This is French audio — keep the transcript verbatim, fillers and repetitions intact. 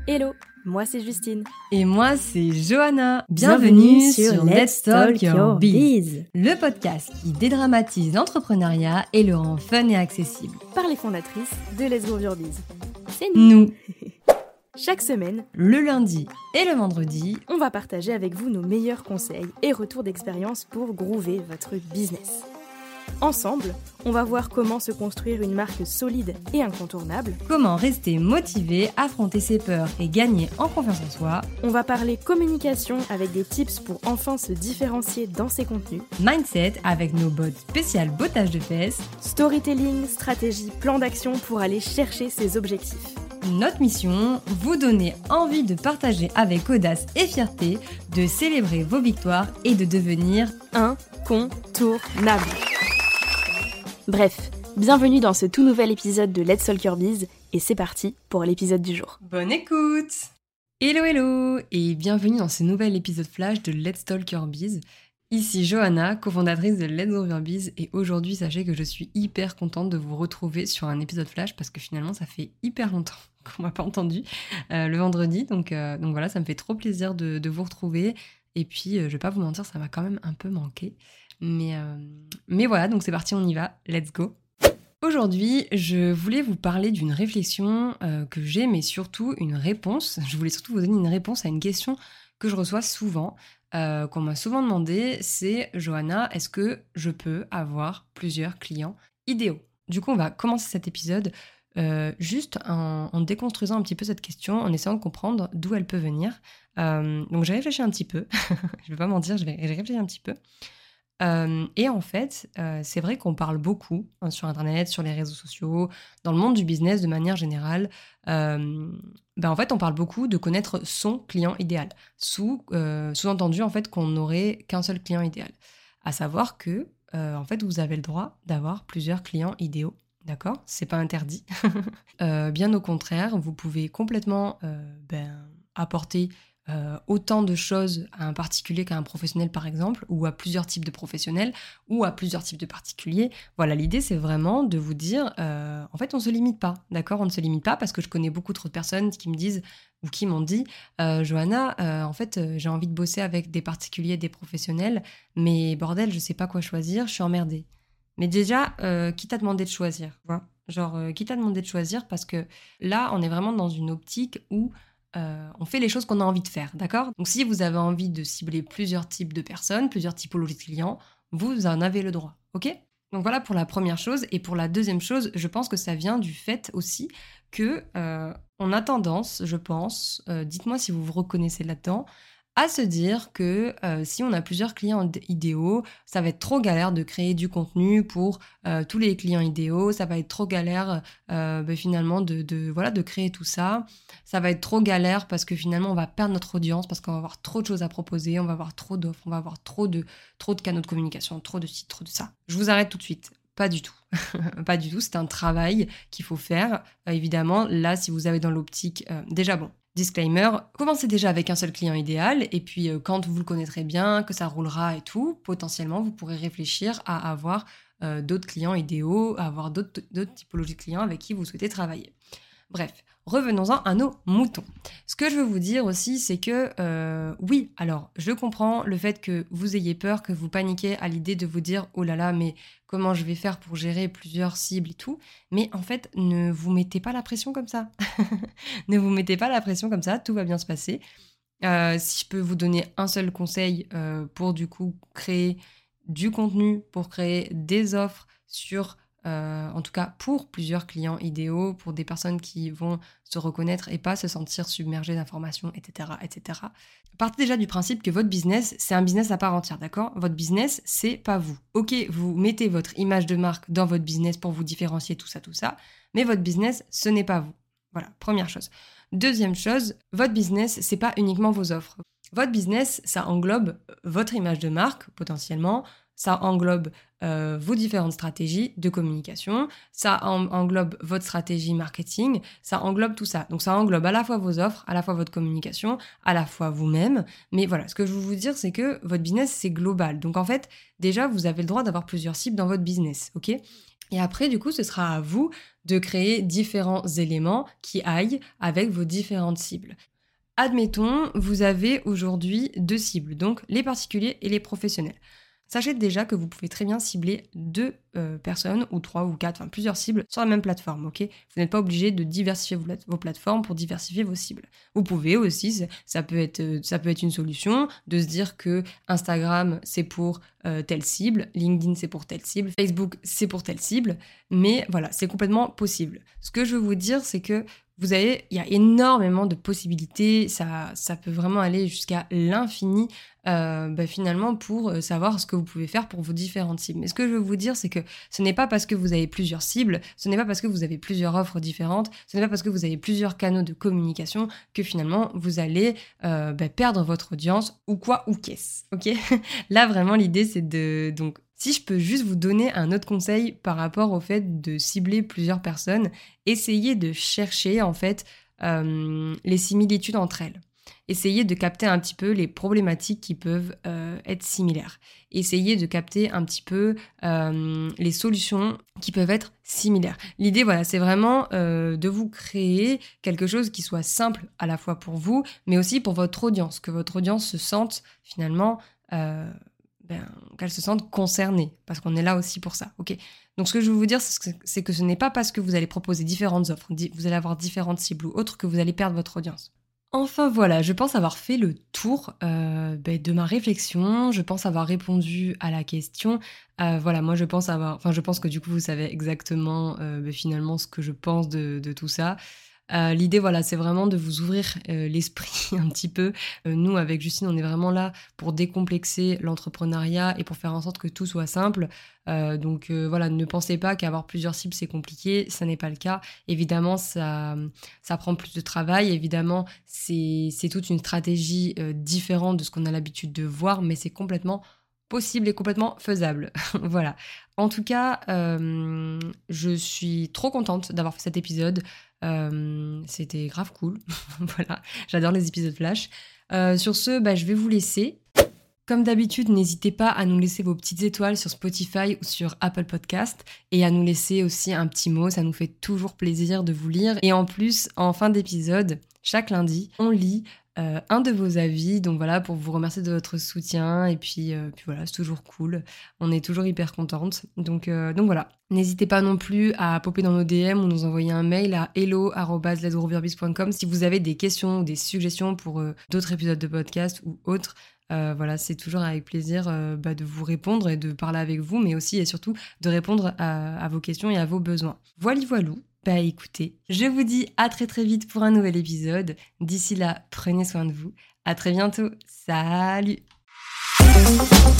Hello, moi c'est Justine. Et moi c'est Johanna. Bienvenue, Bienvenue sur, sur Let's Talk Your Biz, le podcast qui dédramatise l'entrepreneuriat et le rend fun et accessible. Par les fondatrices de Let's Grow Your Biz. C'est nous. Nous. Chaque semaine, le lundi et le vendredi, on va partager avec vous nos meilleurs conseils et retours d'expérience pour groover votre business. Ensemble, on va voir comment se construire une marque solide et incontournable. Comment rester motivé, affronter ses peurs et gagner en confiance en soi. On va parler communication avec des tips pour enfin se différencier dans ses contenus. Mindset avec nos bots spéciales bottage de fesses. Storytelling, stratégie, plan d'action pour aller chercher ses objectifs. Notre mission, vous donner envie de partager avec audace et fierté, de célébrer vos victoires et de devenir incontournable. Bref, bienvenue dans ce tout nouvel épisode de Let's Talk Your Biz et c'est parti pour l'épisode du jour. Bonne écoute! Hello hello et bienvenue dans ce nouvel épisode flash de Let's Talk Your Biz. Ici Johanna, cofondatrice de Let's Grow Your Biz et aujourd'hui sachez que je suis hyper contente de vous retrouver sur un épisode flash parce que finalement ça fait hyper longtemps qu'on m'a pas entendu euh, le vendredi donc, euh, donc voilà ça me fait trop plaisir de, de vous retrouver et puis euh, je vais pas vous mentir ça m'a quand même un peu manqué. Mais, euh, mais voilà, donc c'est parti, on y va, let's go. Aujourd'hui, je voulais vous parler d'une réflexion euh, que j'ai, mais surtout une réponse. Je voulais surtout vous donner une réponse à une question que je reçois souvent, euh, qu'on m'a souvent demandé, c'est « Johanna, est-ce que je peux avoir plusieurs clients idéaux ?» Du coup, on va commencer cet épisode euh, juste en, en déconstruisant un petit peu cette question, en essayant de comprendre d'où elle peut venir. Euh, donc j'ai réfléchi un petit peu, je vais pas mentir, j'ai réfléchi un petit peu. Euh, et en fait, euh, c'est vrai qu'on parle beaucoup hein, sur Internet, sur les réseaux sociaux, dans le monde du business de manière générale. Euh, ben en fait, on parle beaucoup de connaître son client idéal. Sous, euh, sous-entendu, en fait, qu'on n'aurait qu'un seul client idéal. À savoir que, euh, en fait, vous avez le droit d'avoir plusieurs clients idéaux. D'accord ? C'est pas interdit. euh, bien au contraire, vous pouvez complètement euh, ben, apporter Euh, autant de choses à un particulier qu'à un professionnel par exemple, ou à plusieurs types de professionnels, ou à plusieurs types de particuliers. Voilà, l'idée c'est vraiment de vous dire, euh, en fait on ne se limite pas, d'accord ? On ne se limite pas parce que je connais beaucoup trop de personnes qui me disent, ou qui m'ont dit, euh, Johanna, euh, en fait euh, j'ai envie de bosser avec des particuliers, des professionnels, mais bordel, je sais pas quoi choisir, je suis emmerdée. Mais déjà, euh, qui t'a demandé de choisir, tu vois ? Genre, euh, qui t'a demandé de choisir parce que là, on est vraiment dans une optique où Euh, on fait les choses qu'on a envie de faire, d'accord ? Donc si vous avez envie de cibler plusieurs types de personnes, plusieurs typologies de clients, vous en avez le droit, ok ? Donc voilà pour la première chose. Et pour la deuxième chose, je pense que ça vient du fait aussi que euh, on a tendance, je pense, euh, dites-moi si vous vous reconnaissez là-dedans, à se dire que euh, si on a plusieurs clients d- idéaux, ça va être trop galère de créer du contenu pour euh, tous les clients idéaux, ça va être trop galère euh, bah, finalement de, de, voilà, de créer tout ça, ça va être trop galère parce que finalement on va perdre notre audience, parce qu'on va avoir trop de choses à proposer, on va avoir trop d'offres, on va avoir trop de, trop de canaux de communication, trop de sites, trop de ça. Je vous arrête tout de suite. Pas du tout. Pas du tout, c'est un travail qu'il faut faire. Euh, évidemment, là, si vous avez dans l'optique... Euh, déjà, bon, disclaimer, commencez déjà avec un seul client idéal et puis euh, quand vous le connaîtrez bien, que ça roulera et tout, potentiellement, vous pourrez réfléchir à avoir euh, d'autres clients idéaux, à avoir d'autres, d'autres typologies de clients avec qui vous souhaitez travailler. Bref, revenons-en à nos moutons. Ce que je veux vous dire aussi, c'est que, euh, oui, alors, je comprends le fait que vous ayez peur, que vous paniquez à l'idée de vous dire « Oh là là, mais comment je vais faire pour gérer plusieurs cibles et tout ?» Mais en fait, ne vous mettez pas la pression comme ça. Ne vous mettez pas la pression comme ça, tout va bien se passer. Euh, si je peux vous donner un seul conseil euh, pour du coup créer du contenu, pour créer des offres sur... Euh, en tout cas pour plusieurs clients idéaux, pour des personnes qui vont se reconnaître et pas se sentir submergées d'informations, et cetera, et cetera. Partez déjà du principe que votre business, c'est un business à part entière, d'accord ? Votre business, c'est pas vous. Ok, vous mettez votre image de marque dans votre business pour vous différencier, tout ça, tout ça, mais votre business, ce n'est pas vous. Voilà, première chose. Deuxième chose, votre business, c'est pas uniquement vos offres. Votre business, ça englobe votre image de marque, potentiellement, ça englobe euh, vos différentes stratégies de communication, ça en- englobe votre stratégie marketing, ça englobe tout ça. Donc ça englobe à la fois vos offres, à la fois votre communication, à la fois vous-même. Mais voilà, ce que je veux vous dire, c'est que votre business, c'est global. Donc en fait, déjà, vous avez le droit d'avoir plusieurs cibles dans votre business, ok ? Et après, du coup, ce sera à vous de créer différents éléments qui aillent avec vos différentes cibles. Admettons, vous avez aujourd'hui deux cibles, donc les particuliers et les professionnels. Sachez déjà que vous pouvez très bien cibler deux euh, personnes, ou trois, ou quatre, enfin plusieurs cibles sur la même plateforme, ok ? Vous n'êtes pas obligé de diversifier vos, vos plateformes pour diversifier vos cibles. Vous pouvez aussi, ça peut être, ça peut être une solution, de se dire que Instagram, c'est pour euh, telle cible, LinkedIn, c'est pour telle cible, Facebook, c'est pour telle cible, mais voilà, c'est complètement possible. Ce que je veux vous dire, c'est que vous avez, il y a énormément de possibilités, ça, ça peut vraiment aller jusqu'à l'infini euh, bah finalement pour savoir ce que vous pouvez faire pour vos différentes cibles. Mais ce que je veux vous dire, c'est que ce n'est pas parce que vous avez plusieurs cibles, ce n'est pas parce que vous avez plusieurs offres différentes, ce n'est pas parce que vous avez plusieurs canaux de communication que finalement vous allez euh, bah, perdre votre audience ou quoi ou qu'est-ce, ok ? Là vraiment l'idée c'est de... donc si je peux juste vous donner un autre conseil par rapport au fait de cibler plusieurs personnes, essayez de chercher en fait euh, les similitudes entre elles. Essayez de capter un petit peu les problématiques qui peuvent euh, être similaires. Essayez de capter un petit peu euh, les solutions qui peuvent être similaires. L'idée, voilà, c'est vraiment euh, de vous créer quelque chose qui soit simple à la fois pour vous, mais aussi pour votre audience, que votre audience se sente finalement... Euh, Ben, qu'elles se sentent concernées, parce qu'on est là aussi pour ça, ok ? Donc ce que je veux vous dire, c'est que, c'est que ce n'est pas parce que vous allez proposer différentes offres, vous allez avoir différentes cibles ou autres, que vous allez perdre votre audience. Enfin voilà, je pense avoir fait le tour euh, ben, de ma réflexion, je pense avoir répondu à la question. Euh, voilà, moi je pense avoir, enfin je pense que du coup vous savez exactement euh, ben, finalement ce que je pense de, de tout ça. Euh, l'idée, voilà, c'est vraiment de vous ouvrir euh, l'esprit un petit peu. Euh, nous, avec Justine, on est vraiment là pour décomplexer l'entrepreneuriat et pour faire en sorte que tout soit simple. Euh, donc euh, voilà, ne pensez pas qu'avoir plusieurs cibles, c'est compliqué. Ça n'est pas le cas. Évidemment, ça, ça prend plus de travail. Évidemment, c'est, c'est toute une stratégie euh, différente de ce qu'on a l'habitude de voir, mais c'est complètement possible et complètement faisable. Voilà. En tout cas, euh, je suis trop contente d'avoir fait cet épisode. Euh, c'était grave cool. Voilà, j'adore les épisodes flash. Euh, sur ce, bah, je vais vous laisser. Comme d'habitude, n'hésitez pas à nous laisser vos petites étoiles sur Spotify ou sur Apple Podcast et à nous laisser aussi un petit mot, ça nous fait toujours plaisir de vous lire. Et en plus, en fin d'épisode, chaque lundi, on lit euh, un de vos avis, donc voilà, pour vous remercier de votre soutien. Et puis, euh, puis voilà, c'est toujours cool, on est toujours hyper contente. Donc, euh, donc voilà, n'hésitez pas non plus à popper dans nos D M ou nous envoyer un mail à hello arobase let's grow your biz point com si vous avez des questions ou des suggestions pour euh, d'autres épisodes de podcast ou autres. Euh, voilà, c'est toujours avec plaisir euh, bah, de vous répondre et de parler avec vous, mais aussi et surtout de répondre à, à vos questions et à vos besoins. Voilà, voilou. Bah écoutez, je vous dis à très très vite pour un nouvel épisode. D'ici là, prenez soin de vous. À très bientôt. Salut!